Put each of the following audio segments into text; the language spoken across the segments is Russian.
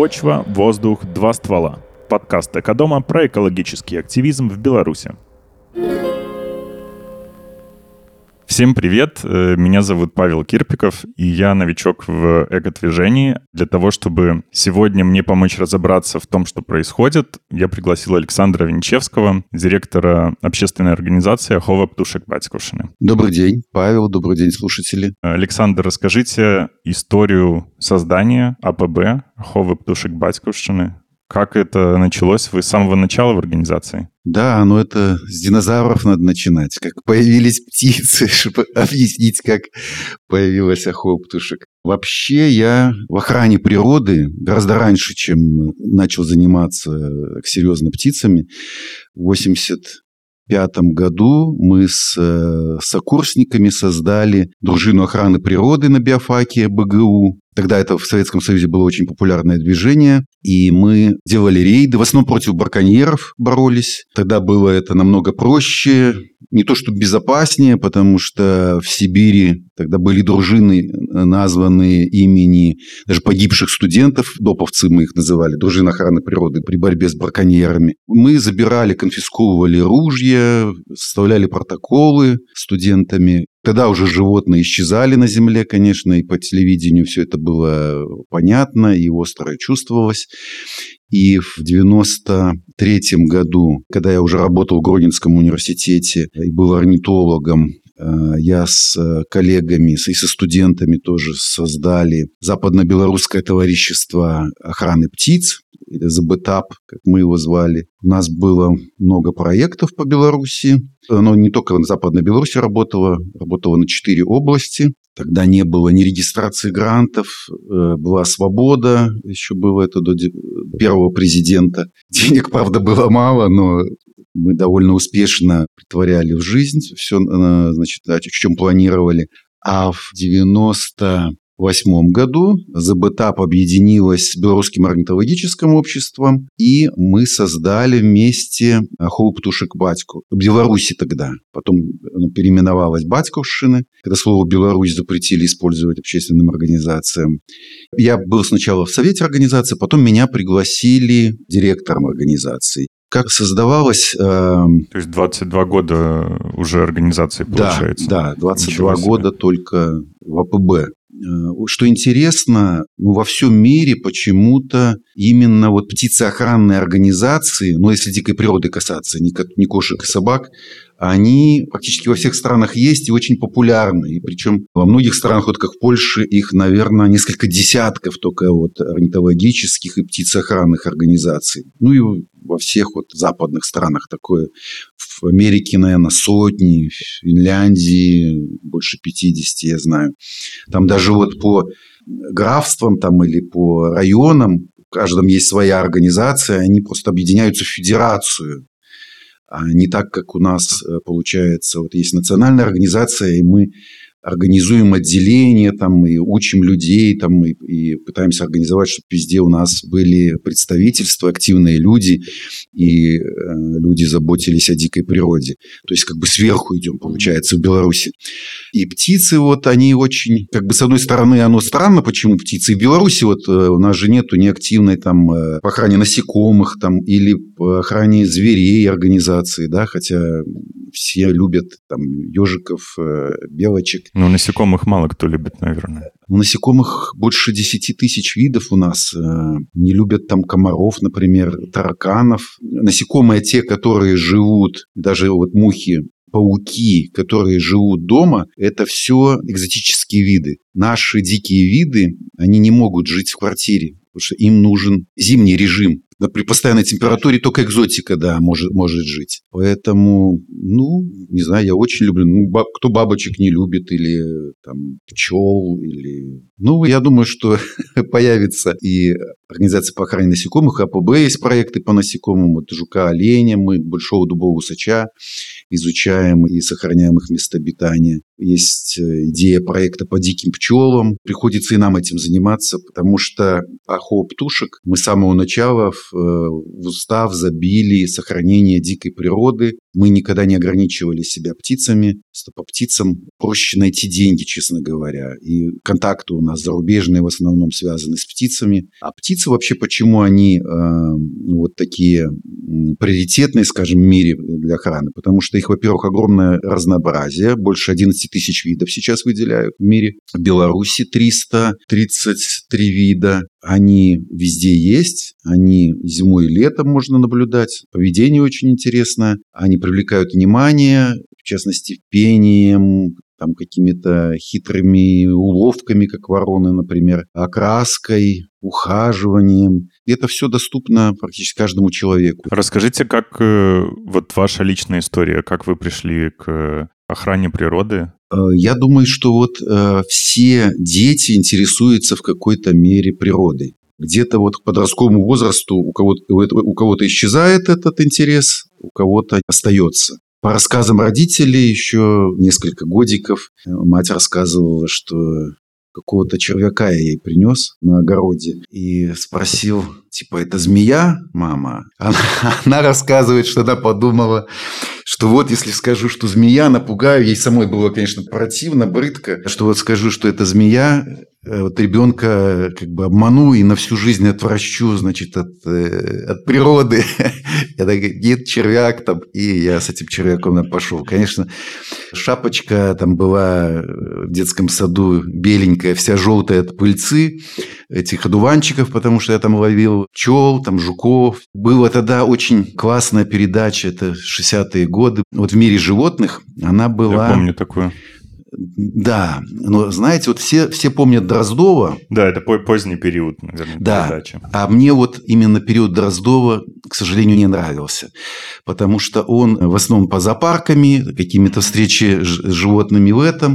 Почва, воздух, два ствола. Подкаст Экодома про экологический активизм в Беларуси. Всем привет, меня зовут Павел Кирпиков, и я новичок в экодвижении. Для того, чтобы сегодня мне помочь разобраться в том, что происходит, я пригласил Александра Винчевского, директора общественной организации «Ахова Птушек Батьківщини». Добрый день, Павел, добрый день, слушатели. Александр, расскажите историю создания АПБ «Ахова Птушек Батьківщини». Как это началось? Вы с самого начала в организации? Да, но это с динозавров надо начинать. Как появились птицы, чтобы объяснить, как появилась Ахова Птушек. Вообще я в охране природы гораздо раньше, чем начал заниматься серьезно птицами. В 1985 году мы с сокурсниками создали дружину охраны природы на биофаке БГУ. Тогда это в Советском Союзе было очень популярное движение, и мы делали рейды, в основном против браконьеров боролись. Тогда было это намного проще, не то что безопаснее, потому что в Сибири тогда были дружины, названные имени даже погибших студентов, доповцы мы их называли, дружина охраны природы при борьбе с браконьерами. Мы забирали, конфисковывали ружья, составляли протоколы студентами. Тогда уже животные исчезали на земле, конечно, и по телевидению все это было понятно и остро чувствовалось. И в 1993 году, когда я уже работал в Гродненском университете и был орнитологом, я с коллегами и со студентами тоже создали Западно-Белорусское товарищество охраны птиц, или ЗБТАП, как мы его звали. У нас было много проектов по Беларуси. Оно не только в Западной Беларуси работало на 4 области. Тогда не было ни регистрации грантов, была свобода, еще было это до первого президента. Денег, правда, было мало, но мы довольно успешно притворяли в жизнь все, значит, о чем планировали. А в 1998 году ЗБТАП объединилась с Белорусским орнитологическим обществом, и мы создали вместе Ахову Птушек Батьку. В Беларуси тогда. Потом оно переименовалось Батьківщини, когда слово «Беларусь» запретили использовать общественным организациям. Я был сначала в совете организации, потом меня пригласили директором организации. Как создавалось... То есть 22 года уже организации, получается? Да, 22 года только в АПБ. Что интересно, во всем мире почему-то именно вот птицеохранные организации, если дикой природы касаться, не кошек и собак, они практически во всех странах есть и очень популярны. И причем во многих странах, вот как в Польше, их, наверное, несколько десятков только вот орнитологических и птицеохранных организаций. И во всех вот западных странах такое. В Америке, наверное, сотни, в Финляндии больше 50, я знаю. Там даже вот по графствам там, или по районам, в каждом есть своя организация, они просто объединяются в федерацию. А не так, как у нас получается. Вот есть национальная организация, и мы организуем отделения, там, и учим людей, там, и пытаемся организовать, чтобы везде у нас были представительства, активные люди, и люди заботились о дикой природе. То есть, как бы сверху идем, получается, в Беларуси. И птицы, вот, они очень, как бы, с одной стороны, оно странно, почему птицы. И в Беларуси вот у нас же нету неактивной там по охране насекомых там, или по охране зверей организации, да, хотя все любят там ежиков, белочек. Насекомых мало кто любит, наверное. Насекомых больше 10 тысяч видов у нас. Не любят там комаров, например, тараканов. Насекомые те, которые живут, даже вот мухи, пауки, которые живут дома, это все экзотические виды. Наши дикие виды, они не могут жить в квартире, потому что им нужен зимний режим. При постоянной температуре только экзотика, да, может жить. Поэтому, не знаю, я очень люблю. Кто бабочек не любит, или там пчел, или... я думаю, что появится и организация по охране насекомых, АПБ есть проекты по насекомым, вот жука, оленя, мы большого дубового усача изучаем и сохраняем их место обитания. Есть идея проекта по диким пчелам. Приходится и нам этим заниматься, потому что Ахова Птушек мы с самого начала в устав забили сохранение дикой природы, Мы никогда не ограничивали себя птицами. Просто по птицам проще найти деньги, честно говоря. И контакты у нас зарубежные в основном связаны с птицами. А птицы вообще, почему они вот такие приоритетные, скажем, в мире для охраны? Потому что их, во-первых, огромное разнообразие. Больше 11 тысяч видов сейчас выделяют в мире. В Беларуси 333 вида. Они везде есть. Они зимой и летом можно наблюдать. Поведение очень интересное. Они привлекают внимание, в частности, пением, там, какими-то хитрыми уловками, как вороны, например, окраской, ухаживанием. И это все доступно практически каждому человеку. Расскажите, как вот ваша личная история, как вы пришли к охране природы? Я думаю, что вот все дети интересуются в какой-то мере природой. Где-то вот к подростковому возрасту у кого-то исчезает этот интерес, у кого-то остается. По рассказам родителей еще несколько годиков мать рассказывала, что какого-то червяка я ей принес на огороде и спросил, типа, это змея, мама? Она рассказывает, что она подумала, что вот если скажу, что змея, напугаю, ей самой было, конечно, противно, брыдко, что вот скажу, что это змея, вот ребенка как бы обману и на всю жизнь отвращу, значит, от природы. Я так говорю, нет, червяк там, и я с этим червяком пошел. Конечно, шапочка там была в детском саду беленькая, вся желтая от пыльцы этих одуванчиков, потому что я там ловил пчел, там жуков. Была тогда очень классная передача, это 60-е годы. Вот в «Мире животных» она была... Я помню такую. Да, но знаете, вот все помнят Дроздова. Да, это поздний период, наверное, передачи. А мне вот именно период Дроздова, к сожалению, не нравился. Потому что он в основном по зоопарками, какими-то встречи с животными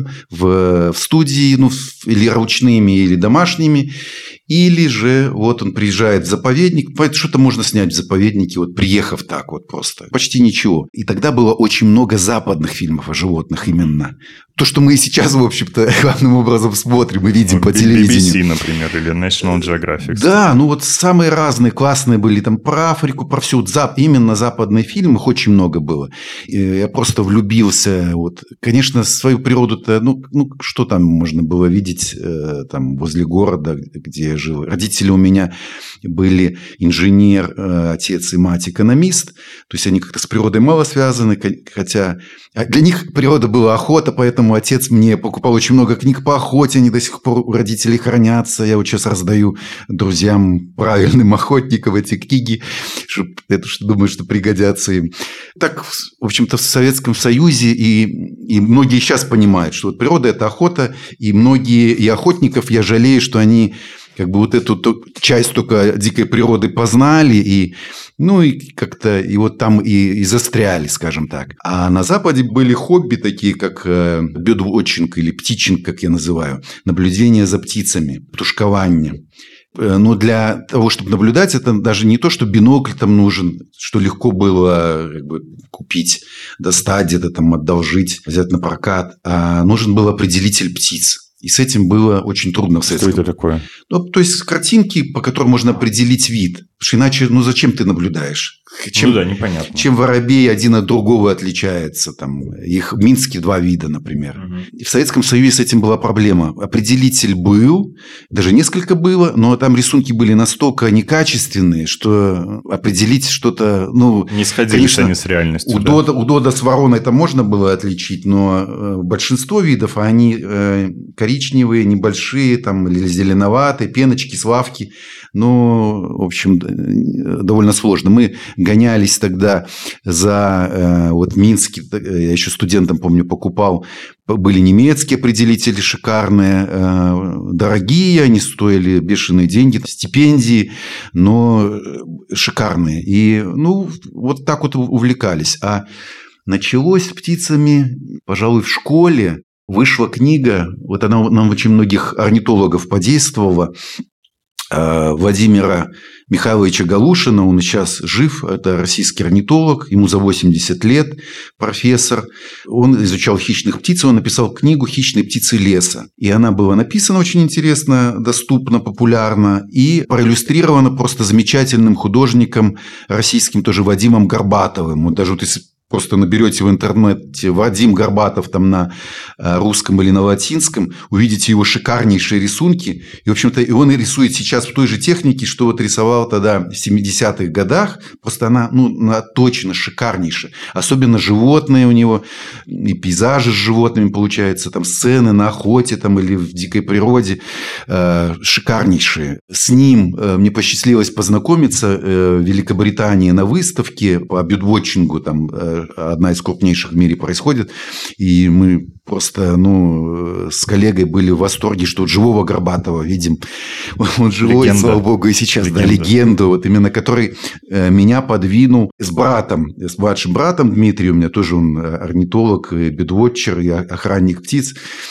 в студии, или ручными, или домашними. Или же вот он приезжает в заповедник. Что-то можно снять в заповеднике, вот приехав так вот просто. Почти ничего. И тогда было очень много западных фильмов о животных именно. То, что мы и сейчас, в общем-то, главным образом смотрим и видим по телевидению. BBC, например, или National Geographic. Да, вот самые разные классные были. Там про Африку, про всю. Именно западные фильмы, их очень много было. И я просто влюбился. Вот. Конечно, свою природу-то, что там можно было видеть там возле города, где я жил. Родители у меня были инженер, отец и мать экономист. То есть они как-то с природой мало связаны, хотя для них природа была охота, поэтому отец мне покупал очень много книг по охоте, они до сих пор у родителей хранятся. Я вот сейчас раздаю друзьям, правильным охотникам эти книги, думаю, что пригодятся им. Так, в общем-то, в Советском Союзе и многие сейчас понимают, что вот природа – это охота, и многие и охотников я жалею, что они как бы вот эту часть только дикой природы познали, и как-то и вот там и застряли, скажем так. А на Западе были хобби такие, как бёрдвотчинг или птичинг, как я называю, наблюдение за птицами, птушкование. Но для того, чтобы наблюдать, это даже не то, что бинокль там нужен, что легко было как бы купить, достать где-то там, одолжить, взять на прокат, а нужен был определитель птиц. И с этим было очень трудно в Советском. Что это такое? То есть картинки, по которым можно определить вид. Потому что иначе, зачем ты наблюдаешь? Непонятно. Чем воробей один от другого отличается. Там, их в Минске 2 вида, например. И в Советском Союзе с этим была проблема. Определитель был, даже несколько было, но там рисунки были настолько некачественные, что определить что-то... не сходились они с реальностью. У Дода с вороной это можно было отличить, но большинство видов, они коричневые, небольшие, там, или зеленоватые, пеночки, славки. В общем, довольно сложно. Мы гонялись тогда за в Минске, я еще студентам, помню, покупал, были немецкие определители шикарные, дорогие, они стоили бешеные деньги, стипендии, но шикарные. И вот так вот увлекались. А началось с птицами, пожалуй, в школе. Вышла книга, вот она нам очень многих орнитологов подействовала, Владимира Михайловича Галушина, он сейчас жив, это российский орнитолог, ему за 80 лет, профессор. Он изучал хищных птиц, он написал книгу «Хищные птицы леса». И она была написана очень интересно, доступно, популярно и проиллюстрирована просто замечательным художником российским, тоже Вадимом Горбатовым. Вот даже вот если просто наберете в интернете Вадим Горбатов там на русском или на латинском, увидите его шикарнейшие рисунки. И, в общем-то, и он рисует сейчас в той же технике, что вот рисовал тогда в 70-х годах. Просто она, точно шикарнейшая. Особенно животные у него, и пейзажи с животными получаются, там сцены на охоте там, или в дикой природе. Шикарнейшие. С ним мне посчастливилось познакомиться в Великобритании на выставке по бёрдвотчингу, там одна из крупнейших в мире происходит, и мы просто, с коллегой были в восторге, что вот живого Горбатова видим. Он живой, легенда. Слава богу, и сейчас, легенду, вот именно который меня подвинул с младшим братом Дмитрием, у меня тоже он орнитолог, бёрдвотчер, и охранник птиц.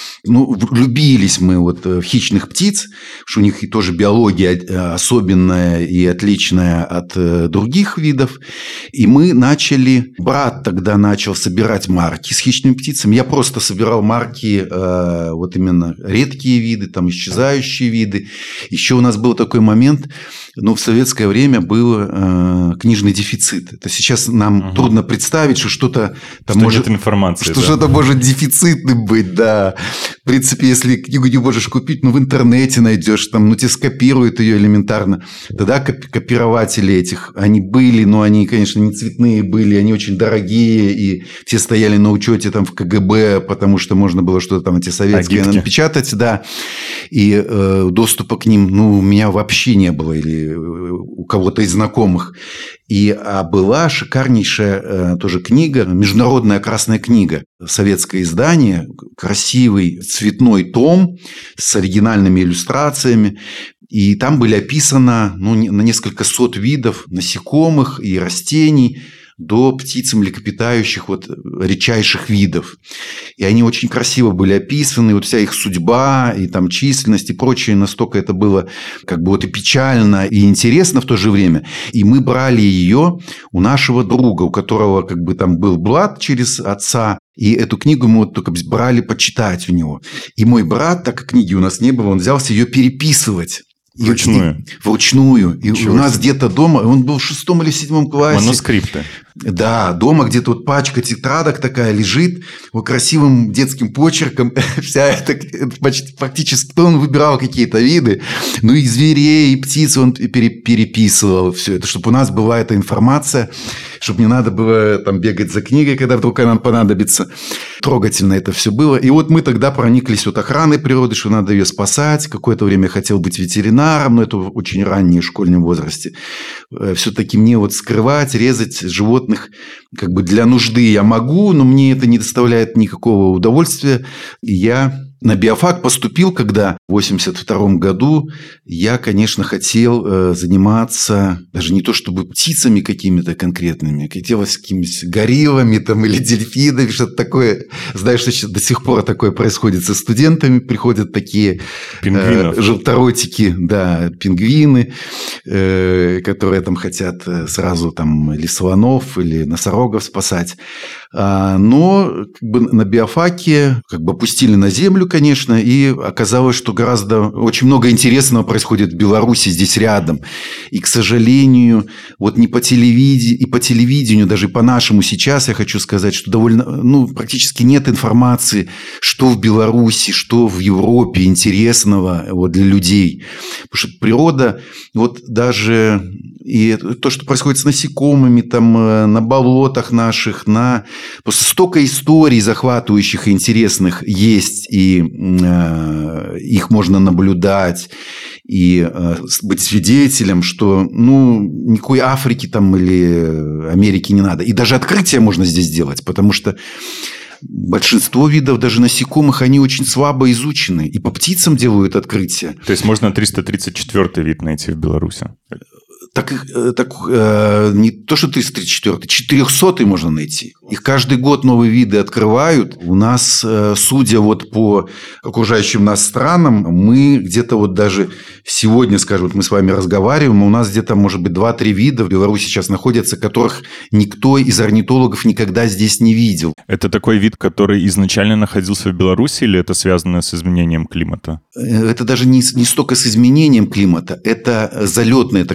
Влюбились мы вот в хищных птиц, что у них и тоже биология особенная и отличная от других видов. И мы брат тогда начал собирать марки с хищными птицами. Я просто собирал марки, вот именно редкие виды, там исчезающие виды. Еще у нас был такой момент, в советское время был книжный дефицит. Это сейчас нам трудно представить, что что-то там нет информации, что-то может дефицитным быть, да. В принципе, если книгу не можешь купить, в интернете найдешь, тебе скопируют ее элементарно. Тогда копирователи этих, они были, но они, конечно, не цветные были, они очень дорогие, и все стояли на учете там в КГБ, потому что можно было что-то там эти советские напечатать, да. И доступа к ним, у меня вообще не было, или у кого-то из знакомых. А была шикарнейшая тоже книга, международная красная книга, советское издание, красивый цветной том с оригинальными иллюстрациями. И там были описаны на несколько сот видов насекомых и растений, до птиц млекопитающих, редчайших видов. И они очень красиво были описаны, вся их судьба, и там численность, и прочее. Настолько это было и печально, и интересно в то же время. И мы брали ее у нашего друга, у которого там был блат через отца. И эту книгу мы только брали почитать у него. И мой брат, так как книги у нас не было, он взялся ее переписывать. Вручную. И у нас где-то дома, он был в 6 или 7 классе. Манускрипты. Да, дома где-то пачка тетрадок такая лежит, красивым детским почерком. Вся это практически он выбирал какие-то виды. И зверей, и птиц он переписывал все это, чтобы у нас была эта информация, чтобы не надо было бегать за книгой, когда вдруг она понадобится. Трогательно это все было. И мы тогда прониклись охраной природы, что надо ее спасать. Какое-то время я хотел быть ветеринаром, но это в очень раннем школьном возрасте. Все-таки мне скрывать, резать животных для нужды я могу, но мне это не доставляет никакого удовольствия. И я на биофак поступил, когда в 1982 году я, конечно, хотел заниматься даже не то чтобы птицами какими-то конкретными, хотелось какими-то гориллами или дельфинами, что-то такое. Знаешь, что до сих пор такое происходит со студентами, приходят такие желторотики, да, пингвины, которые хотят сразу или слонов, или носорогов спасать. Но на биофаке опустили на землю, конечно, и оказалось, что очень много интересного происходит в Беларуси здесь рядом. И, к сожалению, не по телевидению, и по телевидению, даже по нашему сейчас, я хочу сказать, что довольно, практически нет информации, что в Беларуси, что в Европе интересного для людей. Потому что природа, даже и то, что происходит с насекомыми, на болотах наших, просто столько историй захватывающих и интересных есть, и их можно наблюдать, и быть свидетелем, что никакой Африки или Америки не надо. И даже открытия можно здесь делать, потому что большинство видов, даже насекомых, они очень слабо изучены. И по птицам делают открытия. То есть можно 334-й вид найти в Беларуси? Так не то, что 334-й, 400-й можно найти. Их каждый год новые виды открывают. У нас, судя по окружающим нас странам, мы где-то даже сегодня, скажем, мы с вами разговариваем, у нас где-то, может быть, 2-3 вида в Беларуси сейчас находятся, которых никто из орнитологов никогда здесь не видел. Это такой вид, который изначально находился в Беларуси, или это связано с изменением климата? Это даже не столько с изменением климата, это залетные так называемые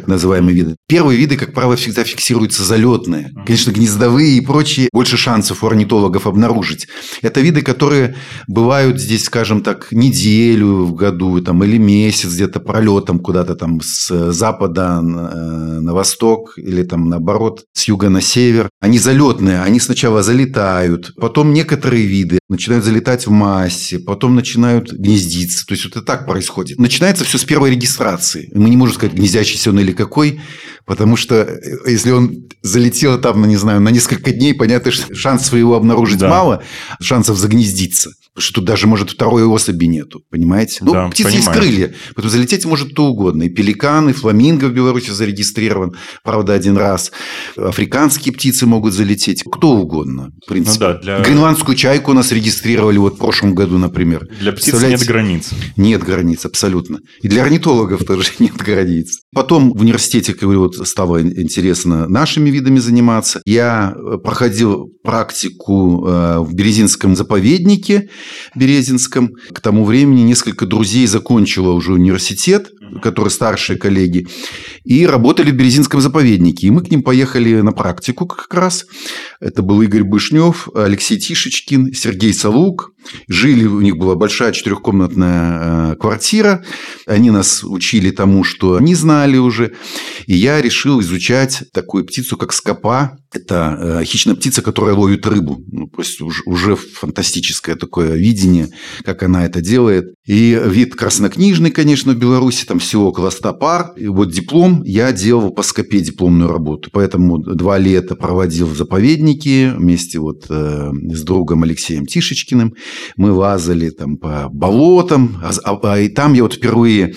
самые виды. Первые виды, как правило, всегда фиксируются залетные. Конечно, гнездовые и прочие больше шансов у орнитологов обнаружить. Это виды, которые бывают здесь, скажем так, неделю в году там, или месяц где-то пролетом куда-то там с запада на восток или там наоборот с юга на север. Они залетные, они сначала залетают, потом некоторые виды начинают залетать в массе, потом начинают гнездиться. То есть вот это так происходит. Начинается все с первой регистрации. Мы не можем сказать, гнездящийся он или какой, потому что если он залетел там, не знаю, на несколько дней, понятно, что шансов его обнаружить мало, шансов загнездиться. Потому что тут даже, может, второй особи нету, понимаете? Ну, птицы есть крылья, поэтому залететь может кто угодно. И пеликан, и фламинго в Беларуси зарегистрирован, правда, один раз. Африканские птицы могут залететь, кто угодно, в принципе. Гренландскую чайку у нас регистрировали вот в прошлом году, например. Для птиц нет границ. Нет границ, абсолютно. И для орнитологов тоже нет границ. Потом в университете, как говорю, вот стало интересно нашими видами заниматься. Я проходил практику в Березинском заповеднике, Березинском. К тому времени несколько друзей закончило уже университет, которые старшие коллеги, и работали в Березинском заповеднике. И мы к ним поехали на практику как раз. Это был Игорь Бышнев, Алексей Тишечкин, Сергей Салук. Жили, у них была большая 4-комнатная квартира. Они нас учили тому, что они знали уже. И я решил изучать такую птицу, как скопа. Это хищная птица, которая ловит рыбу. Ну, то есть уже фантастическое такое видение, как она это делает. И вид краснокнижный, конечно, в Беларуси. Там всего около 100 пар. И вот диплом я делал по скопе, дипломную работу. Поэтому 2 лета проводил в заповеднике вместе вот с другом Алексеем Тишечкиным. Мы лазали там по болотам. И там я вот впервые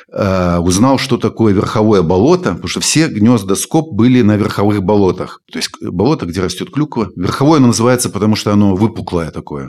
узнал, что такое верховое болото, потому что все гнезда скоп были на верховых болотах. То есть болото, где растет клюква. Верховое оно называется, потому что оно выпуклое такое.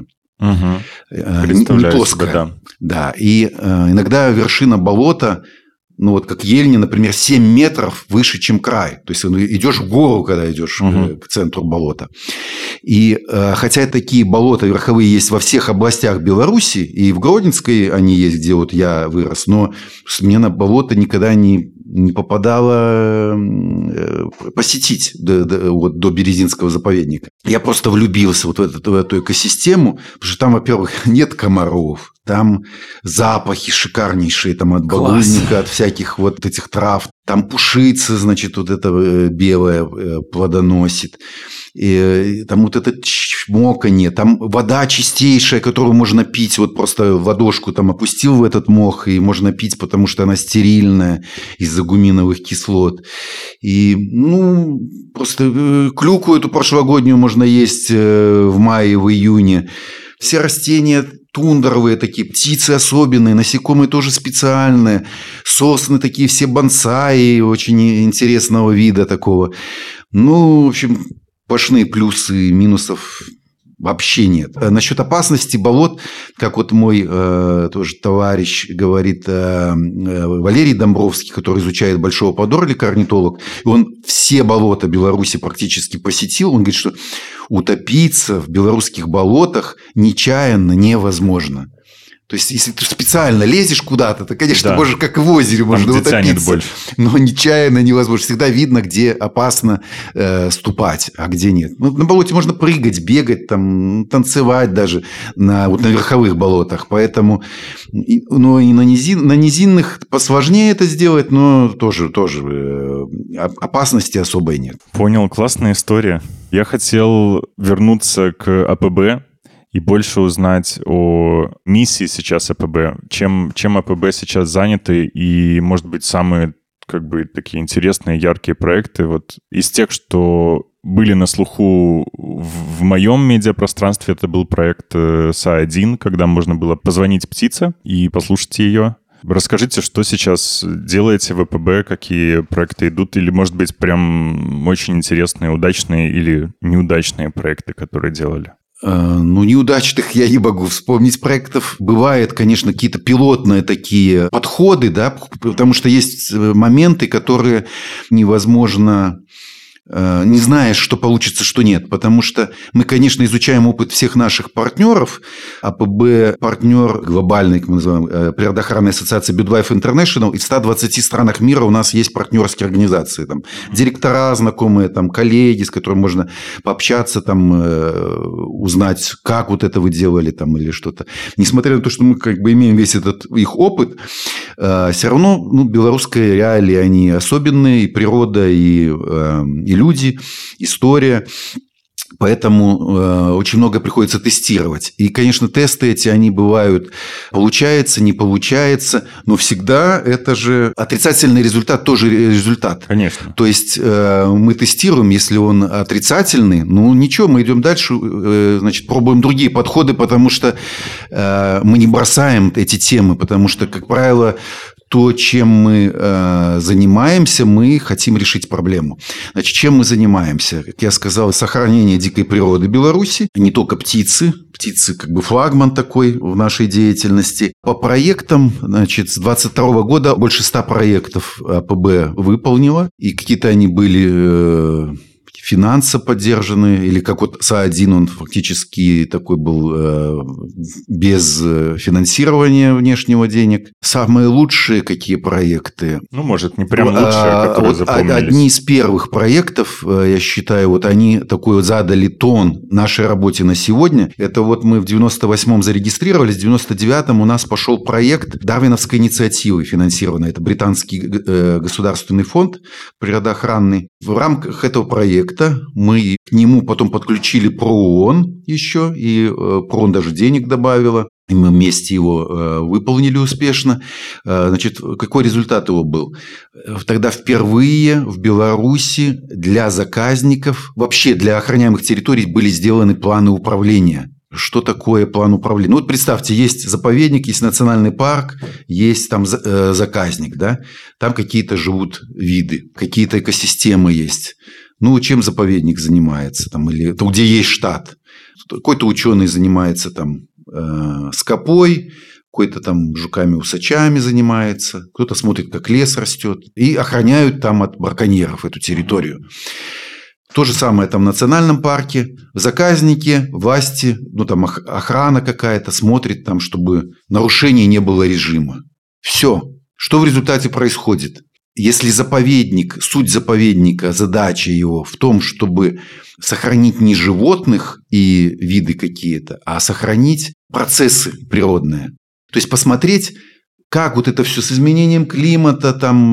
Не плоское. Себе, да. И иногда вершина болота, ну вот как Ельня, например, 7 метров выше, чем край. То есть идешь в гору, когда идешь к центру болота. И хотя такие болота верховые есть во всех областях Беларуси, и в Гродненской они есть, где вот я вырос, но мне на болото никогда не попадало посетить до Березинского заповедника. Я просто влюбился вот в эту экосистему, потому что там, во-первых, нет комаров, там запахи шикарнейшие там от багульника, от всяких вот этих трав. Там пушица, значит, вот это белое плодоносит. И там вот это чмоканье, там вода чистейшая, которую можно пить, вот просто ладошку там опустил в этот мох, и можно пить, потому что она стерильная из-за гуминовых кислот. И, ну, просто клюкву эту прошлогоднюю можно есть в мае, в июне. Все растения тундровые такие, птицы особенные, насекомые тоже специальные, сосны такие все бонсаи очень интересного вида такого. Ну, в общем, сплошные плюсы, минусов вообще нет. Насчет опасности болот, как вот мой тоже товарищ говорит, Валерий Домбровский, который изучает большого подорлика, орнитолог, и он все болота Беларуси практически посетил, он говорит, что утопиться в белорусских болотах нечаянно невозможно. То есть, если ты специально лезешь куда-то, то, конечно, можешь, как и в озере, можно утопиться. Но нечаянно невозможно. Всегда видно, где опасно ступать, а где нет. Ну, на болоте можно прыгать, бегать, там, танцевать даже на верховых болотах. Поэтому, ну, и на низинных посложнее это сделать, но тоже опасности особой нет. Понял, классная история. Я хотел вернуться к АПБ и больше узнать о миссии сейчас АПБ, чем АПБ сейчас заняты, и, может быть, самые как бы такие интересные, яркие проекты вот из тех, что были на слуху в моем медиапространстве. Это был проект СА-1, когда можно было позвонить птице и послушать ее. Расскажите, что сейчас делаете в АПБ, какие проекты идут, или, может быть, прям очень интересные, удачные или неудачные проекты, которые делали? Ну, неудачных я не могу вспомнить проектов. Бывают, конечно, какие-то пилотные такие подходы, да, потому что есть моменты, которые невозможно не знаешь, что получится, что нет. Потому что мы, конечно, изучаем опыт всех наших партнеров. АПБ – партнер глобальный, как мы называем, природоохранной ассоциации BirdLife International. И в 120 странах мира у нас есть партнерские организации. Там, директора знакомые, там, коллеги, с которыми можно пообщаться, там, узнать, как вот это вы делали там, или что-то. Несмотря на то, что мы как бы имеем весь этот их опыт, все равно белорусские реалии, они особенные, и природа, и люди, история. Поэтому очень много приходится тестировать. И, конечно, тесты эти, они бывают, получается, не получается, но всегда это же отрицательный результат, тоже результат. Конечно. То есть мы тестируем, если он отрицательный, ничего, мы идем дальше, значит, пробуем другие подходы, потому что мы не бросаем эти темы, потому что, как правило, то, чем мы занимаемся, мы хотим решить проблему. Значит, чем мы занимаемся? Как я сказал, сохранение дикой природы Беларуси, не только птицы. Птицы как бы флагман такой в нашей деятельности. По проектам, значит, с 2022 года больше 100 проектов АПБ выполнило. И какие-то они были финансово поддержаны, или как вот СА-1, он фактически такой был без финансирования внешнего денег. Самые лучшие какие проекты? Может, не прям лучшие, которые запомнились. Одни из первых проектов, я считаю, вот они такой вот задали тон нашей работе на сегодня. Это вот мы в 98-м зарегистрировались, в 99-м у нас пошел проект Дарвиновской инициативы финансированный. Это британский государственный фонд природоохранный. В рамках этого проекта мы к нему потом подключили ПРООН еще, и ПРООН даже денег добавила. И мы вместе его выполнили успешно. Значит, какой результат его был? Тогда впервые в Беларуси для заказников, вообще для охраняемых территорий были сделаны планы управления. Что такое план управления? Вот представьте, есть заповедник, есть национальный парк, есть там заказник, да? Там какие-то живут виды, какие-то экосистемы есть. Чем заповедник занимается? Там, или где есть штат? Какой-то ученый занимается там скопой, какой-то там жуками-усачами занимается, кто-то смотрит, как лес растет, и охраняют там от браконьеров эту территорию. То же самое там в национальном парке, в заказнике власти, там охрана какая-то смотрит там, чтобы нарушений не было режима. Все. Что в результате происходит? Если заповедник, суть заповедника, задача его в том, чтобы сохранить не животных и виды какие-то, а сохранить процессы природные. То есть посмотреть, как вот это все с изменением климата,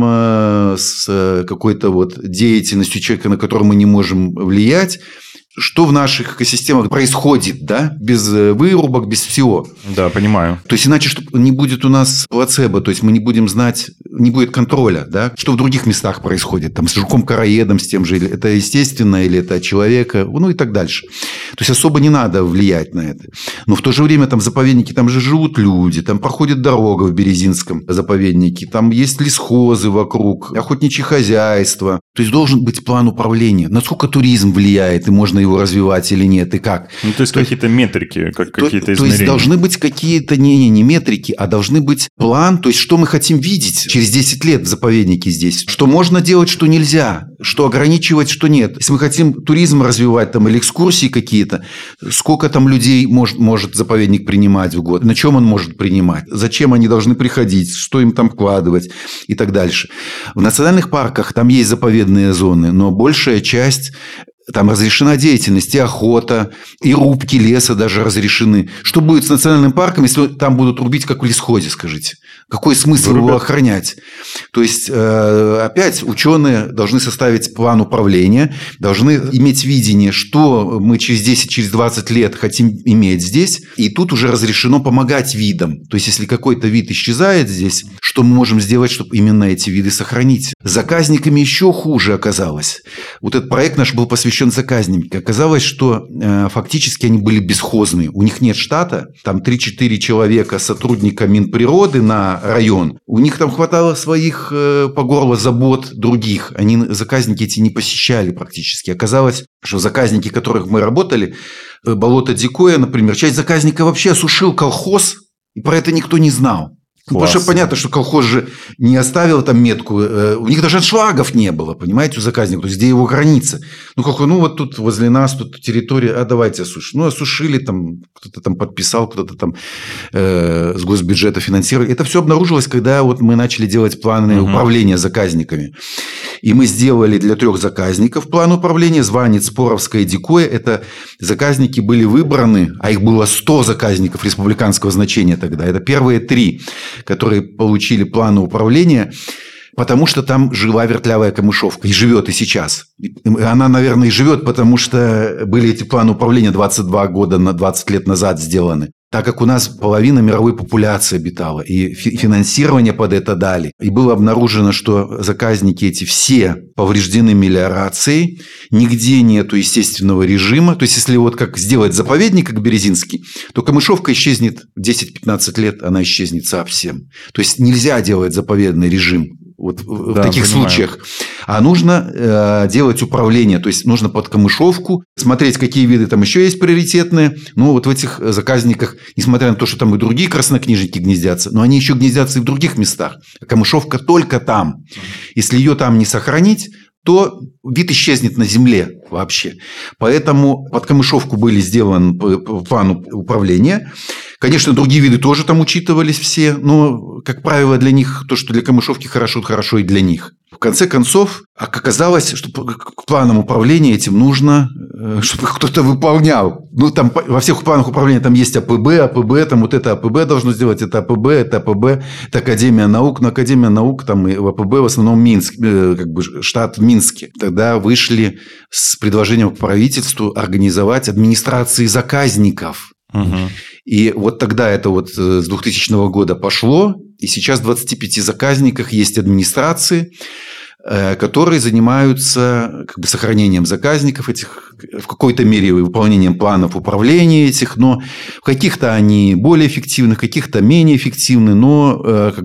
там, с какой-то вот деятельностью человека, на которую мы не можем влиять, что в наших экосистемах происходит, да, без вырубок, без всего. Да, понимаю. То есть, иначе чтобы не будет у нас плацебо, то есть мы не будем знать, не будет контроля, да, что в других местах происходит, там, с жуком-короедом, с тем же, это естественно, или это от человека, и так дальше. То есть, особо не надо влиять на это. Но в то же время там в заповеднике, там же живут люди, там проходит дорога в Березинском заповеднике, там есть лесхозы вокруг, охотничьи хозяйства. То есть, должен быть план управления. Насколько туризм влияет, и можно его развивать или нет, и как. То есть, какие-то метрики, какие-то измерения. То есть, должны быть какие-то, не метрики, а должны быть план, то есть, что мы хотим видеть через 10 лет в заповеднике здесь. Что можно делать, что нельзя, что ограничивать, что нет. Если мы хотим туризм развивать там, или экскурсии какие-то, сколько там людей может заповедник принимать в год, на чем он может принимать, зачем они должны приходить, что им там вкладывать и так дальше. В национальных парках там есть заповедные зоны, но большая часть... Там разрешена деятельность, и охота, и рубки леса даже разрешены. Что будет с национальным парком, если там будут рубить, как в лесхозе, скажите? Какой смысл его охранять? То есть, опять ученые должны составить план управления, должны иметь видение, что мы через 10, через 20 лет хотим иметь здесь. И тут уже разрешено помогать видам. То есть, если какой-то вид исчезает здесь, что мы можем сделать, чтобы именно эти виды сохранить? С заказниками еще хуже оказалось. Вот этот проект наш был посвящен заказникам. Оказалось, что фактически они были бесхозные. У них нет штата. Там 3-4 человека, сотрудника Минприроды на район. У них там хватало своих по горло забот других. Они заказники эти не посещали практически. Оказалось, что заказники, которых мы работали, болото Дикое, например, часть заказника вообще осушил колхоз, и про это никто не знал. Потому что понятно, что колхоз же не оставил там метку. У них даже аншлагов не было, понимаете, у заказников. То есть, где его граница? Вот тут возле нас, тут территория, давайте осушим. Осушили, там кто-то там подписал, кто-то там с госбюджета финансировал. Это все обнаружилось, когда мы начали делать планы управления заказниками. И мы сделали для 3 заказников план управления. Званец, Споровская и Дикое. Это заказники были выбраны, а их было 100 заказников республиканского значения тогда. Это первые 3, которые получили планы управления, потому что там жила вертлявая камышовка. И живет и сейчас. Она, наверное, и живет, потому что были эти планы управления 22 года, 20 лет назад сделаны. Так как у нас половина мировой популяции обитала, и финансирование под это дали. И было обнаружено, что заказники эти все повреждены мелиорацией, нигде нету естественного режима. То есть, если как сделать заповедник, как Березинский, то камышовка исчезнет 10-15 лет, она исчезнет совсем. То есть, нельзя делать заповедный режим. В таких случаях. А нужно делать управление. То есть, нужно под камышовку смотреть, какие виды там еще есть приоритетные. В этих заказниках, несмотря на то, что там и другие краснокнижники гнездятся, но они еще гнездятся и в других местах. А камышовка только там. Если ее там не сохранить, то вид исчезнет на земле вообще. Поэтому под камышовку были сделаны план управления. Конечно, другие виды тоже там учитывались все, но, как правило, для них то, что для камышовки хорошо, хорошо и для них. В конце концов, оказалось, что к планам управления этим нужно, чтобы кто-то выполнял. Там во всех планах управления там есть АПБ, там это АПБ должно сделать, это АПБ, это Академия наук. Но Академия наук там и в АПБ в основном Минск, штат в Минске. Тогда вышли с предложением к правительству организовать администрации заказников. И тогда это с 2000 года пошло, и сейчас в 25 заказниках есть администрации, которые занимаются сохранением заказников этих, в какой-то мере выполнением планов управления этих, но в каких-то они более эффективны, в каких-то менее эффективны, но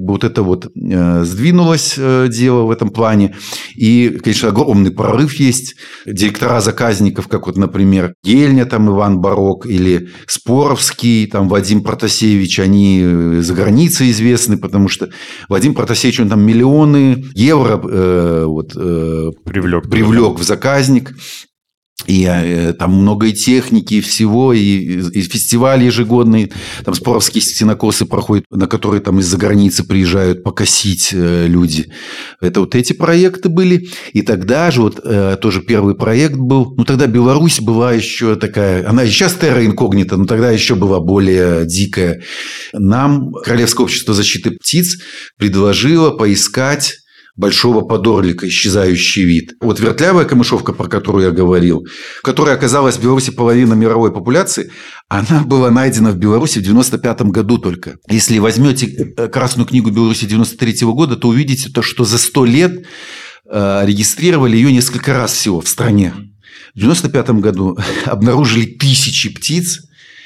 это сдвинулось дело в этом плане. И, конечно, огромный прорыв есть. Директора заказников, как например, Ельня, там Иван Барок, или Споровский, там Вадим Протасевич, они за границей известны, потому что Вадим Протасевич, он там миллионы евро привлек в заказник. И там много и техники, и всего, и фестивали ежегодные. Там споровские сенокосы проходят, на которые там из-за границы приезжают покосить люди. Это эти проекты были. И тогда же тоже первый проект был. Тогда Беларусь была еще такая... Она и сейчас терра инкогнита, но тогда еще была более дикая. Нам Королевское общество защиты птиц предложило поискать большого подорлика, исчезающий вид. Вертлявая камышовка, про которую я говорил, которая оказалась в Беларуси половина мировой популяции, она была найдена в Беларуси в 95 году только. Если возьмете Красную книгу Беларуси 93 года, то увидите, что за 100 лет регистрировали ее несколько раз всего в стране. В 95 году обнаружили тысячи птиц.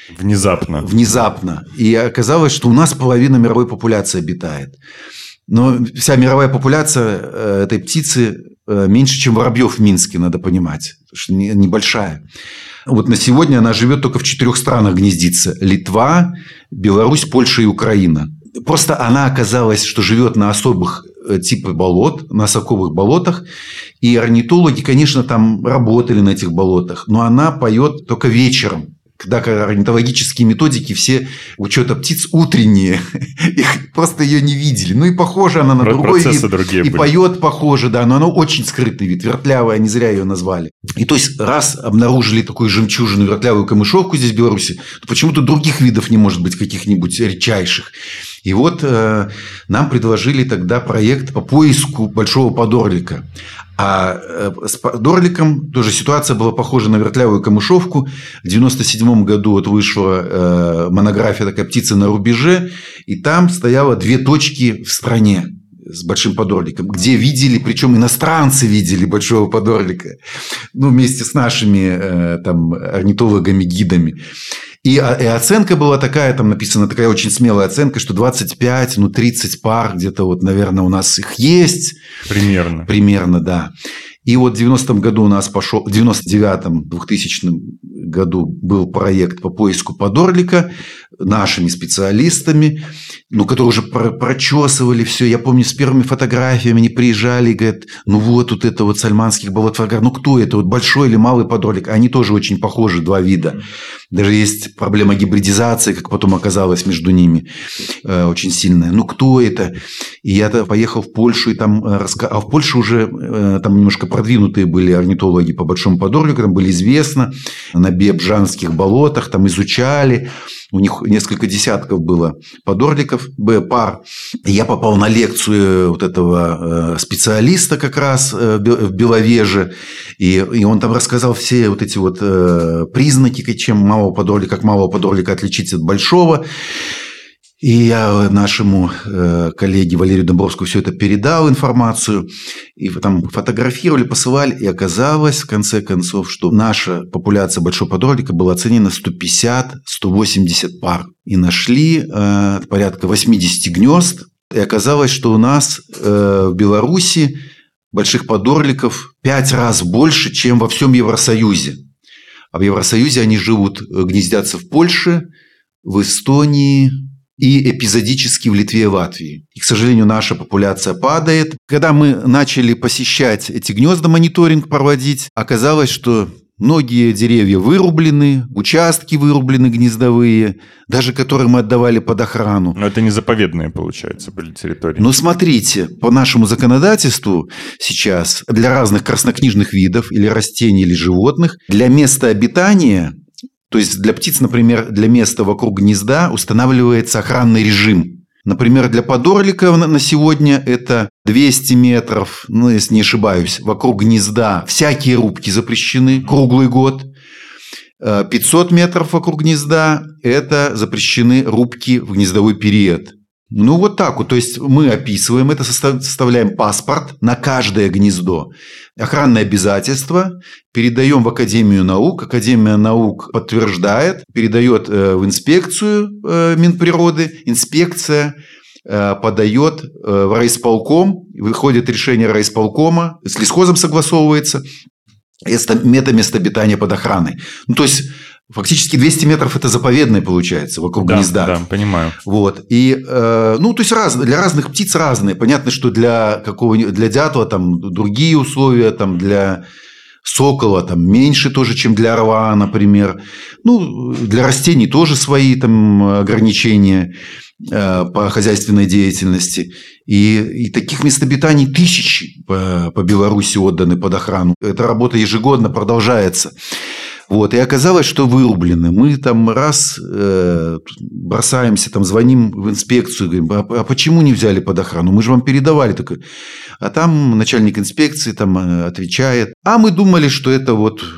Внезапно. И оказалось, что у нас половина мировой популяции обитает. Но вся мировая популяция этой птицы меньше, чем воробьев в Минске, надо понимать. Потому что небольшая. На сегодня она живет только в 4 странах, гнездится. Литва, Беларусь, Польша и Украина. Просто она оказалась, что живет на особых типах болот, на осоковых болотах. И орнитологи, конечно, там работали на этих болотах. Но она поет только вечером. Когда орнитологические методики все учета птиц утренние, их просто ее не видели. И похожа она на другой вид. И поет похоже, да, но она очень скрытный вид, вертлявая, не зря ее назвали. И то есть, раз обнаружили такую жемчужину, вертлявую камышовку здесь в Беларуси, то почему-то других видов не может быть, каких-нибудь редчайших. И нам предложили тогда проект по поиску большого подорлика. А с подорликом тоже ситуация была похожа на вертлявую камышовку. В 1997 году вышла монография такая «Птицы на рубеже», и там стояло 2 точки в стране с большим подорликом, где видели, причем иностранцы видели большого подорлика, вместе с нашими орнитологами-гидами. И оценка была такая, там написана такая очень смелая оценка, что 25, 30 пар где-то наверное, у нас их есть. Примерно, да. И в 90-м году у нас пошел, в 99-м, 2000 году был проект по поиску подорлика нашими специалистами. которые уже прочесывали все. Я помню, с первыми фотографиями они приезжали и говорят, вот это вот сальманских болот фотография. Кто это? Вот большой или малый подорлик? Они тоже очень похожи, два вида. Даже есть проблема гибридизации, как потом оказалось, между ними очень сильная. Кто это? И я поехал в Польшу, и там а в Польше уже там немножко продвинутые были орнитологи по большому подорлику, там были известно на Бебжанских болотах, там изучали. У них несколько десятков было подорликов, пар. Я попал на лекцию вот этого специалиста как раз в Беловеже, и он там рассказал все вот эти вот признаки, чем как малого подорлика отличить от большого. И я нашему коллеге Валерию Домбровскому все это передал, информацию. И там фотографировали, посылали. И оказалось, в конце концов, что наша популяция большого подорлика была оценена 150-180 пар. И нашли порядка 80 гнезд. И оказалось, что у нас в Беларуси больших подорликов 5 раз больше, чем во всем Евросоюзе. А в Евросоюзе они живут, гнездятся в Польше, в Эстонии и эпизодически в Литве и Латвии. И, к сожалению, наша популяция падает. Когда мы начали посещать эти гнезда, мониторинг проводить, оказалось, что многие деревья вырублены, участки вырублены гнездовые, даже которые мы отдавали под охрану. Но это не заповедные, получается, были территории. Но смотрите, по нашему законодательству сейчас для разных краснокнижных видов или растений, или животных, для места обитания, то есть для птиц, например, для места вокруг гнезда устанавливается охранный режим. Например, для подорлика на сегодня это 200 метров, если не ошибаюсь, вокруг гнезда. Всякие рубки запрещены круглый год. 500 метров вокруг гнезда – это запрещены рубки в гнездовой период. Вот так вот. То есть мы описываем это, составляем паспорт на каждое гнездо. Охранные обязательства передаем в Академию наук. Академия наук подтверждает, передает в инспекцию Минприроды. Инспекция подает в райисполком, выходит решение райисполкома, с лесхозом согласовывается. Это место обитания под охраной. То есть фактически 200 метров – это заповедное, получается, вокруг гнезда. Да, понимаю. И, то есть для разных птиц разные. Понятно, что для дятла там другие условия, там для сокола там меньше тоже, чем для орла, например. Для растений тоже свои там ограничения по хозяйственной деятельности. И таких мест обитаний тысячи по Беларуси отданы под охрану. Эта работа ежегодно продолжается. И оказалось, что вырублены. Мы там бросаемся, там звоним в инспекцию, говорим, а почему не взяли под охрану? Мы же вам передавали. А там начальник инспекции там отвечает. А мы думали, что это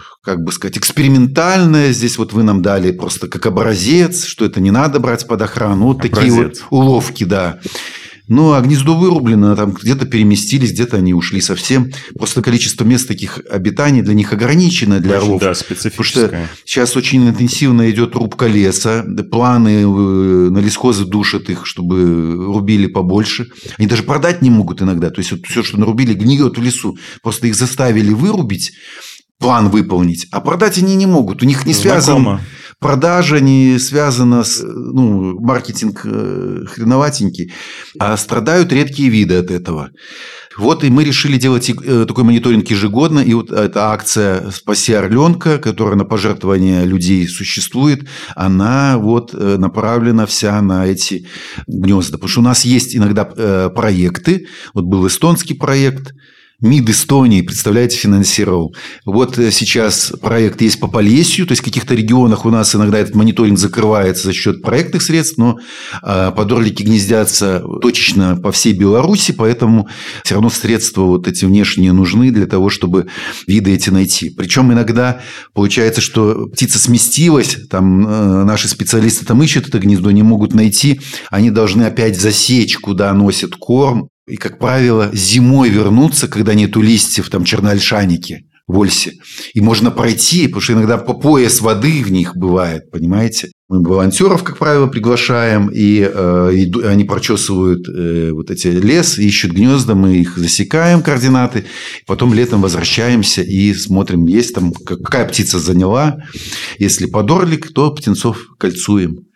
экспериментальное. Здесь вы нам дали просто как образец, что это не надо брать под охрану. Такие уловки, да. А гнездо вырублено, там где-то переместились, где-то они ушли совсем. Просто количество мест таких обитаний для них ограничено, для орлов. Да, специфическое. Потому что сейчас очень интенсивно идет рубка леса. Планы на лесхозы душат их, чтобы рубили побольше. Они даже продать не могут иногда. То есть все, что нарубили, гниет в лесу. Просто их заставили вырубить, план выполнить, а продать они не могут. У них не связано. Продажа не связана с маркетинг хреноватенький, а страдают редкие виды от этого. И мы решили делать такой мониторинг ежегодно. И эта акция «Спаси орленка», которая на пожертвование людей существует, она направлена вся на эти гнезда. Потому что у нас есть иногда проекты. Был эстонский проект. МИД Эстонии, представляете, финансировал. Сейчас проект есть по Полесью, то есть в каких-то регионах у нас иногда этот мониторинг закрывается за счет проектных средств, но подорлики гнездятся точечно по всей Беларуси, поэтому все равно средства эти внешние нужны для того, чтобы виды эти найти. Причем иногда получается, что птица сместилась, там наши специалисты там ищут это гнездо, не могут найти, они должны опять засечь, куда носят корм. И, как правило, зимой вернуться, когда нету листьев, там черноольшаники, вольси. И можно пройти, потому что иногда по пояс воды в них бывает, понимаете? Мы волонтеров, как правило, приглашаем, и они прочесывают эти лес, ищут гнезда, мы их засекаем, координаты, потом летом возвращаемся и смотрим, есть там, какая птица заняла. Если подорлик, то птенцов кольцуем.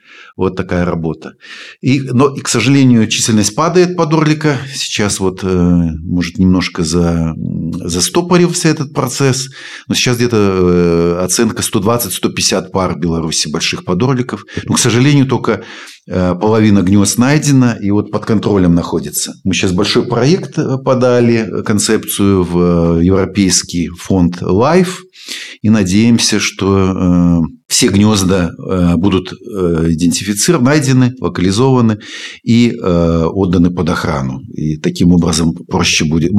Вот такая работа. Но, к сожалению, численность падает под Орлика. Сейчас вот, может, немножко застопорился этот процесс. Но сейчас где-то оценка 120-150 пар в Беларуси больших подорликов. Но, к сожалению, только половина гнезд найдена и вот под контролем находится. Мы сейчас большой проект подали, концепцию в Европейский фонд LIFE. И надеемся, что все гнезда будут идентифицированы, найдены, локализованы и отданы под охрану. И таким образом проще будет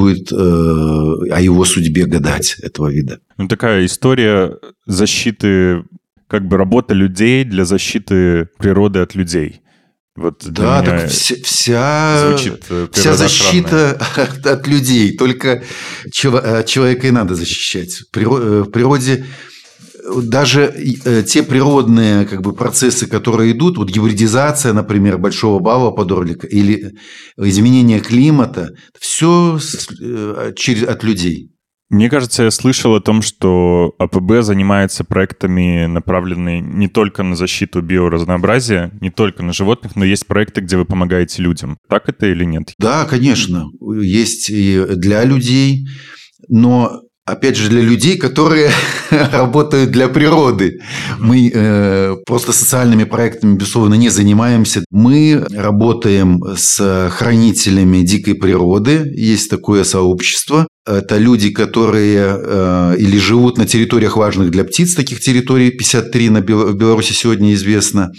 о его судьбе гадать этого вида. Ну, такая история защиты, как бы работа людей для защиты природы от людей. Вот да, так вся защита от людей, только человека и надо защищать. В природе даже те природные как бы, процессы, которые идут, вот гибридизация, например, большого балого подорлика или изменение климата, все от людей. Мне кажется, я слышал о том, что АПБ занимается проектами, направленными не только на защиту биоразнообразия, не только на животных, но есть проекты, где вы помогаете людям. Так это или нет? Да, конечно. Есть и для людей, но опять же, для людей, которые работают для природы. Мы просто социальными проектами, безусловно, не занимаемся. Мы работаем с хранителями дикой природы. Есть такое сообщество. Это люди, которые или живут на территориях важных для птиц, таких территорий 53 в Беларуси сегодня известно,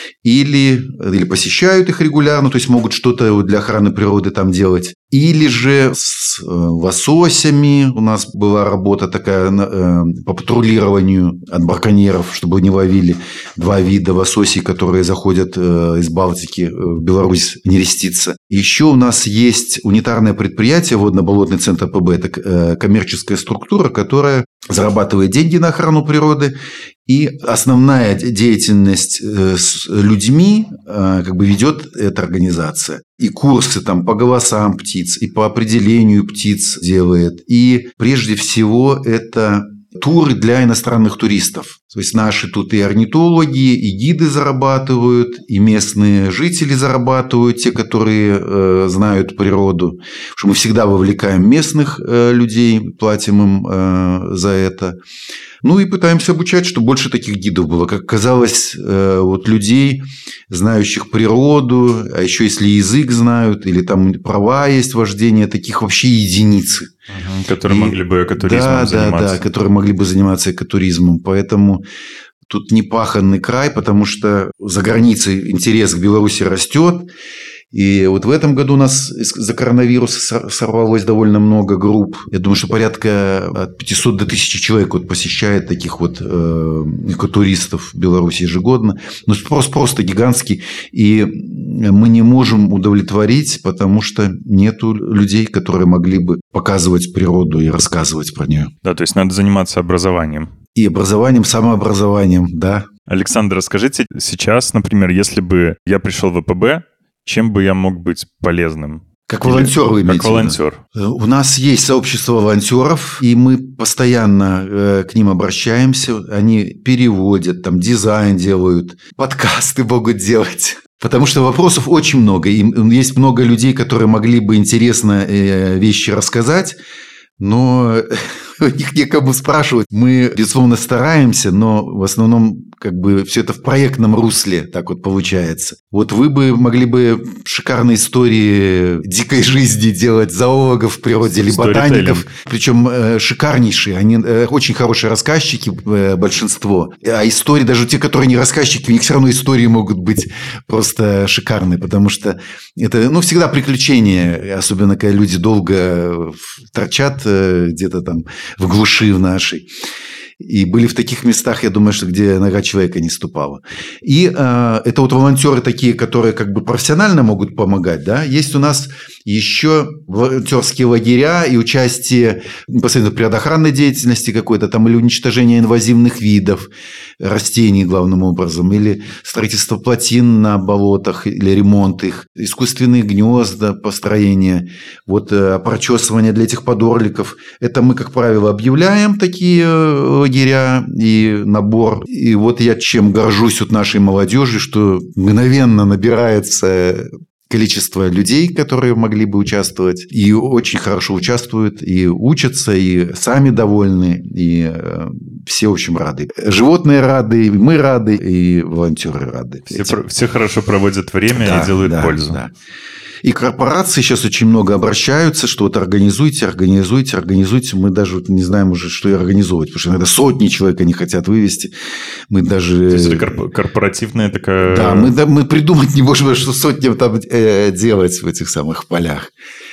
или посещают их регулярно, то есть могут что-то для охраны природы там делать. Или же с лососями у нас была работа такая по патрулированию от браконьеров, чтобы не ловили 2 вида лососей, которые заходят из Балтики в Беларусь нереститься. Еще у нас есть унитарное предприятие, водно-болотный центр АПБ. Это коммерческая структура, которая зарабатывает деньги на охрану природы. И основная деятельность с людьми как бы ведет эта организация. И курсы там по голосам птиц, и по определению птиц делает. И прежде всего это туры для иностранных туристов. То есть наши тут и орнитологи, и гиды зарабатывают, и местные жители зарабатывают, те, которые знают природу. Потому что мы всегда вовлекаем местных людей, платим им за это. Ну и пытаемся обучать, чтобы больше таких гидов было. Как казалось, вот людей, знающих природу, а еще если язык знают, или там права есть вождения, таких вообще единицы. Которые могли бы экотуризмом заниматься. Да, которые могли бы заниматься экотуризмом. Поэтому тут непаханный край, потому что за границей интерес к Беларуси растет. И вот в этом году у нас из-за коронавируса сорвалось довольно много групп. Я думаю, что порядка от 500 до 1000 человек вот посещает таких вот экотуристов в Беларуси ежегодно. Но спрос просто гигантский. И мы не можем удовлетворить, потому что нету людей, которые могли бы показывать природу и рассказывать про нее. Да, то есть надо заниматься образованием. И образованием, самообразованием, да. Александр, расскажите сейчас, например, если бы я пришел в АПБ, чем бы я мог быть полезным? Как волонтер вы имеете? Как волонтер. У нас есть сообщество волонтеров, и мы постоянно к ним обращаемся. Они переводят, там дизайн делают, подкасты могут делать. Потому что вопросов очень много. И есть много людей, которые могли бы интересно вещи рассказать, но у них некому спрашивать. Мы, безусловно, стараемся, но в основном как бы все это в проектном русле так вот получается. Вот вы бы могли бы шикарные истории дикой жизни делать, зоологов в природе или ботаников. Причем шикарнейшие. Они очень хорошие рассказчики, большинство. А истории, даже те, которые не рассказчики, у них все равно истории могут быть просто шикарные, потому что это всегда приключения, особенно когда люди долго торчат где-то там в глуши в нашей. И были в таких местах, я думаю, что где нога человека не ступала. И это вот волонтеры такие, которые как бы профессионально могут помогать. Да? Есть у нас еще волонтерские лагеря и участие непосредственно в природоохранной деятельности какой-то там, или уничтожение инвазивных видов растений главным образом, или строительство плотин на болотах, или ремонт их, искусственные гнезда, построение, прочесывание для этих подорликов. Это мы, как правило, объявляем такие лагеря и набор. И я чем горжусь нашей молодежи, что мгновенно набирается количество людей, которые могли бы участвовать, и очень хорошо участвуют, и учатся, и сами довольны, и все, в общем, рады. Животные рады, мы рады, и волонтеры рады. Все хорошо проводят время и делают пользу. Да. И корпорации сейчас очень много обращаются, что организуйте. Мы даже не знаем уже, что и организовывать, потому что иногда сотни человек они хотят вывести. Мы даже... То есть, это корпоративная такая... Да, мы придумать не можем, что сотням там делать в этих самых полях.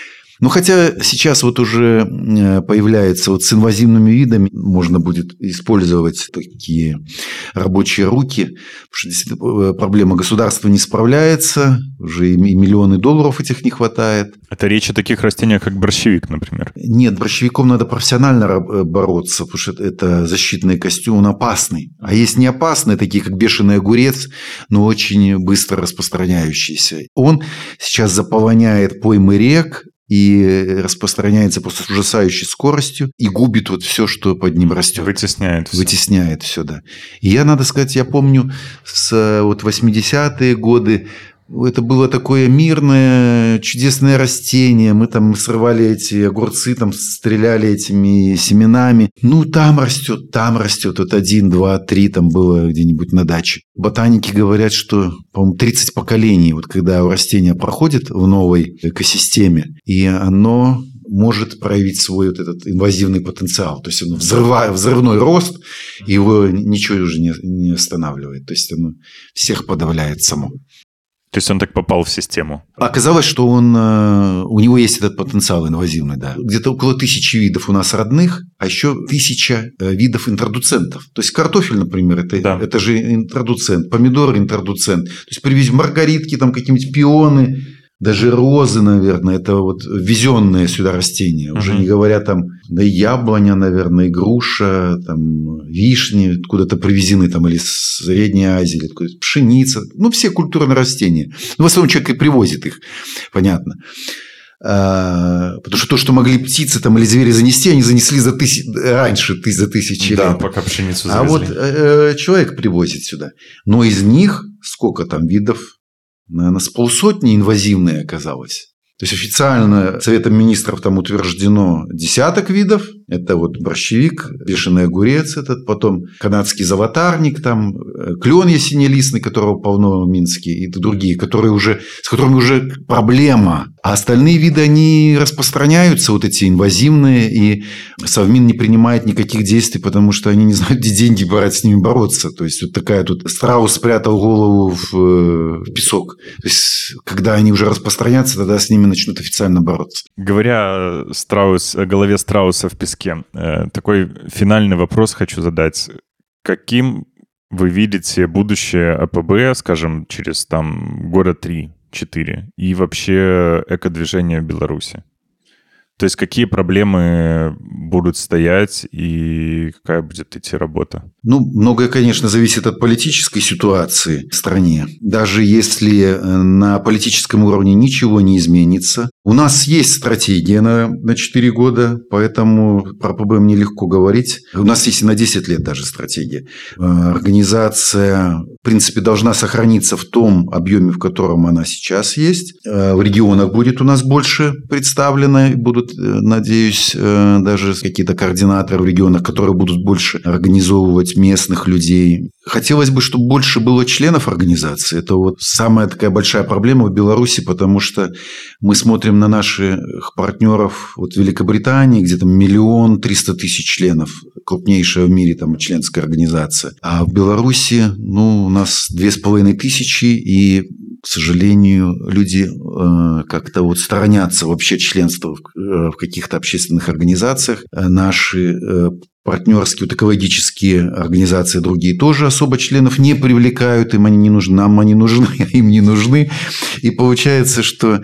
Хотя сейчас уже появляется с инвазивными видами, можно будет использовать такие рабочие руки, потому что действительно проблема государства не справляется, уже и миллионы долларов этих не хватает. Это речь о таких растениях, как борщевик, например? Нет, борщевиком надо профессионально бороться, потому что это защитный костюм, он опасный. А есть не опасные, такие как бешеный огурец, но очень быстро распространяющийся. Он сейчас заполоняет поймы рек, и распространяется просто с ужасающей скоростью и губит все, что под ним растет. Вытесняет все, да. И надо сказать, я помню с 80-е годы, это было такое мирное, чудесное растение. Мы там срывали эти огурцы, там стреляли этими семенами. Там растет. 1, 2, 3 там было где-нибудь на даче. Ботаники говорят, что, по-моему, 30 поколений, когда растение проходит в новой экосистеме, и оно может проявить свой этот инвазивный потенциал. То есть, оно взрывной рост, его ничего уже не останавливает. То есть, оно всех подавляет само. То есть он так попал в систему? Оказалось, что у него есть этот потенциал инвазивный, да. Где-то около 1000 видов у нас родных, а еще 1000 видов интродуцентов. То есть картофель, например, это же интродуцент, помидор интродуцент. То есть привезем маргаритки, там какие-нибудь пионы, даже розы, наверное, это ввезенные сюда растения. Уже не говоря там, да и яблоня, наверное, и груша, там, вишни откуда-то привезены там или с Средней Азии, или откуда-то пшеница. Все культурные растения. В основном человек и привозит их, понятно. Потому что то, что могли птицы там, или звери занести, они занесли раньше, за тысячи лет. Да, пока пшеницу завезли. А человек привозит сюда. Но из них сколько там видов? Наверное, с полсотни инвазивные оказалось. То есть официально Советом Министров там утверждено десяток видов. Это борщевик, бешеный огурец, потом канадский золотарник, там клен ясенелистный, которого полно в Минске, и другие, с которыми уже проблема. А остальные виды, они распространяются, эти инвазивные, и Совмин не принимает никаких действий, потому что они не знают, где деньги брать с ними бороться. То есть такая страус спрятал голову в песок. То есть когда они уже распространятся, тогда с ними начнут официально бороться. Говоря о голове страуса в песке, такой финальный вопрос хочу задать. Каким вы видите будущее АПБ, скажем, через года 3-4 и вообще экодвижение в Беларуси? То есть какие проблемы будут стоять и какая будет идти работа? Многое, конечно, зависит от политической ситуации в стране. Даже если на политическом уровне ничего не изменится. У нас есть стратегия на 4 года, поэтому про АПБ мне легко говорить. У нас есть и на 10 лет даже стратегия. Организация, в принципе, должна сохраниться в том объеме, в котором она сейчас есть. В регионах будет у нас больше представлено, будут, надеюсь, даже какие-то координаторы в регионах, которые будут больше организовывать местных людей. Хотелось бы, чтобы больше было членов организации. Это самая такая большая проблема в Беларуси, потому что мы смотрим на наших партнеров в Великобритании, где там 1 300 000 членов, крупнейшая в мире членская организация. А в Беларуси, у нас 2500, и, к сожалению, люди как-то сторонятся вообще членства в каких-то общественных организациях. Наши партнерские, вот экологические организации другие тоже особо членов не привлекают, им они не нужны, нам они нужны, а им не нужны. И получается, что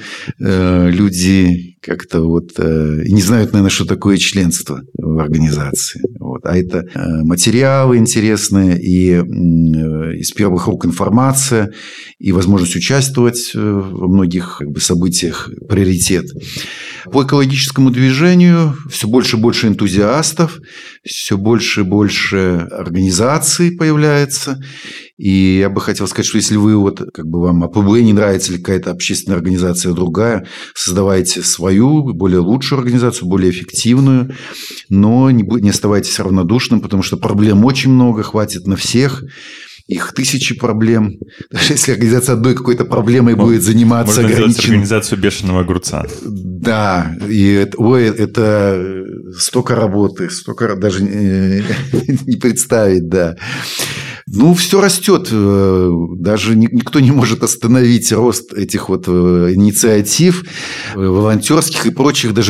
люди как-то вот не знают, наверное, что такое членство в организации. Вот. А это материалы интересные, и из первых рук информация, и возможность участвовать во многих событиях приоритет. По экологическому движению все больше и больше энтузиастов, все больше и больше организаций появляется. И я бы хотел сказать, что если вы вам АПБ не нравится или какая-то общественная организация другая, создавайте свою, более лучшую организацию, более эффективную, но не оставайтесь равнодушным, потому что проблем очень много, хватит на всех. Их тысячи проблем. Даже если организация одной какой-то проблемой будет заниматься ограниченным... Можно сделать организацию бешеного огурца. Да. И это столько работы, столько даже не представить, да. Все растет. Даже никто не может остановить рост этих инициатив волонтерских и прочих. Даже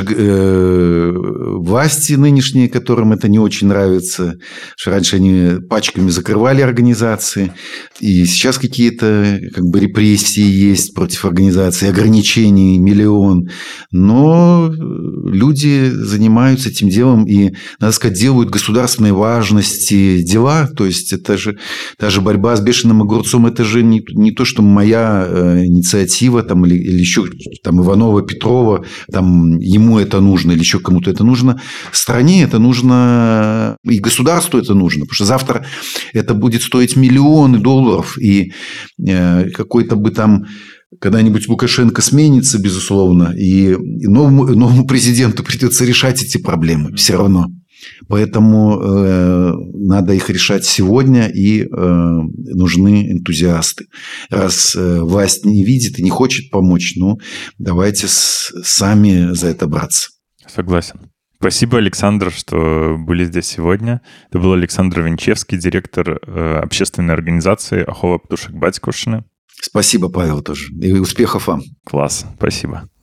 власти нынешние, которым это не очень нравится. Что раньше они пачками закрывали организации. И сейчас какие-то репрессии есть против организаций, ограничений миллион. Но люди занимаются этим делом и, надо сказать, делают государственной важности дела. То есть это же та же борьба с бешеным огурцом, это же не то, что моя инициатива или еще Иванова, Петрова, ему это нужно или еще кому-то это нужно. Стране это нужно, и государству это нужно, потому что завтра это будет стоить миллионы долларов, и какой-то бы когда-нибудь Лукашенко сменится, безусловно, и новому президенту придется решать эти проблемы все равно. Поэтому надо их решать сегодня, и нужны энтузиасты. Раз власть не видит и не хочет помочь, давайте сами за это браться. Согласен. Спасибо, Александр, что были здесь сегодня. Это был Александр Винчевский, директор общественной организации «Ахова птушек Батьківщини». Спасибо, Павел, тоже. И успехов вам. Класс, спасибо.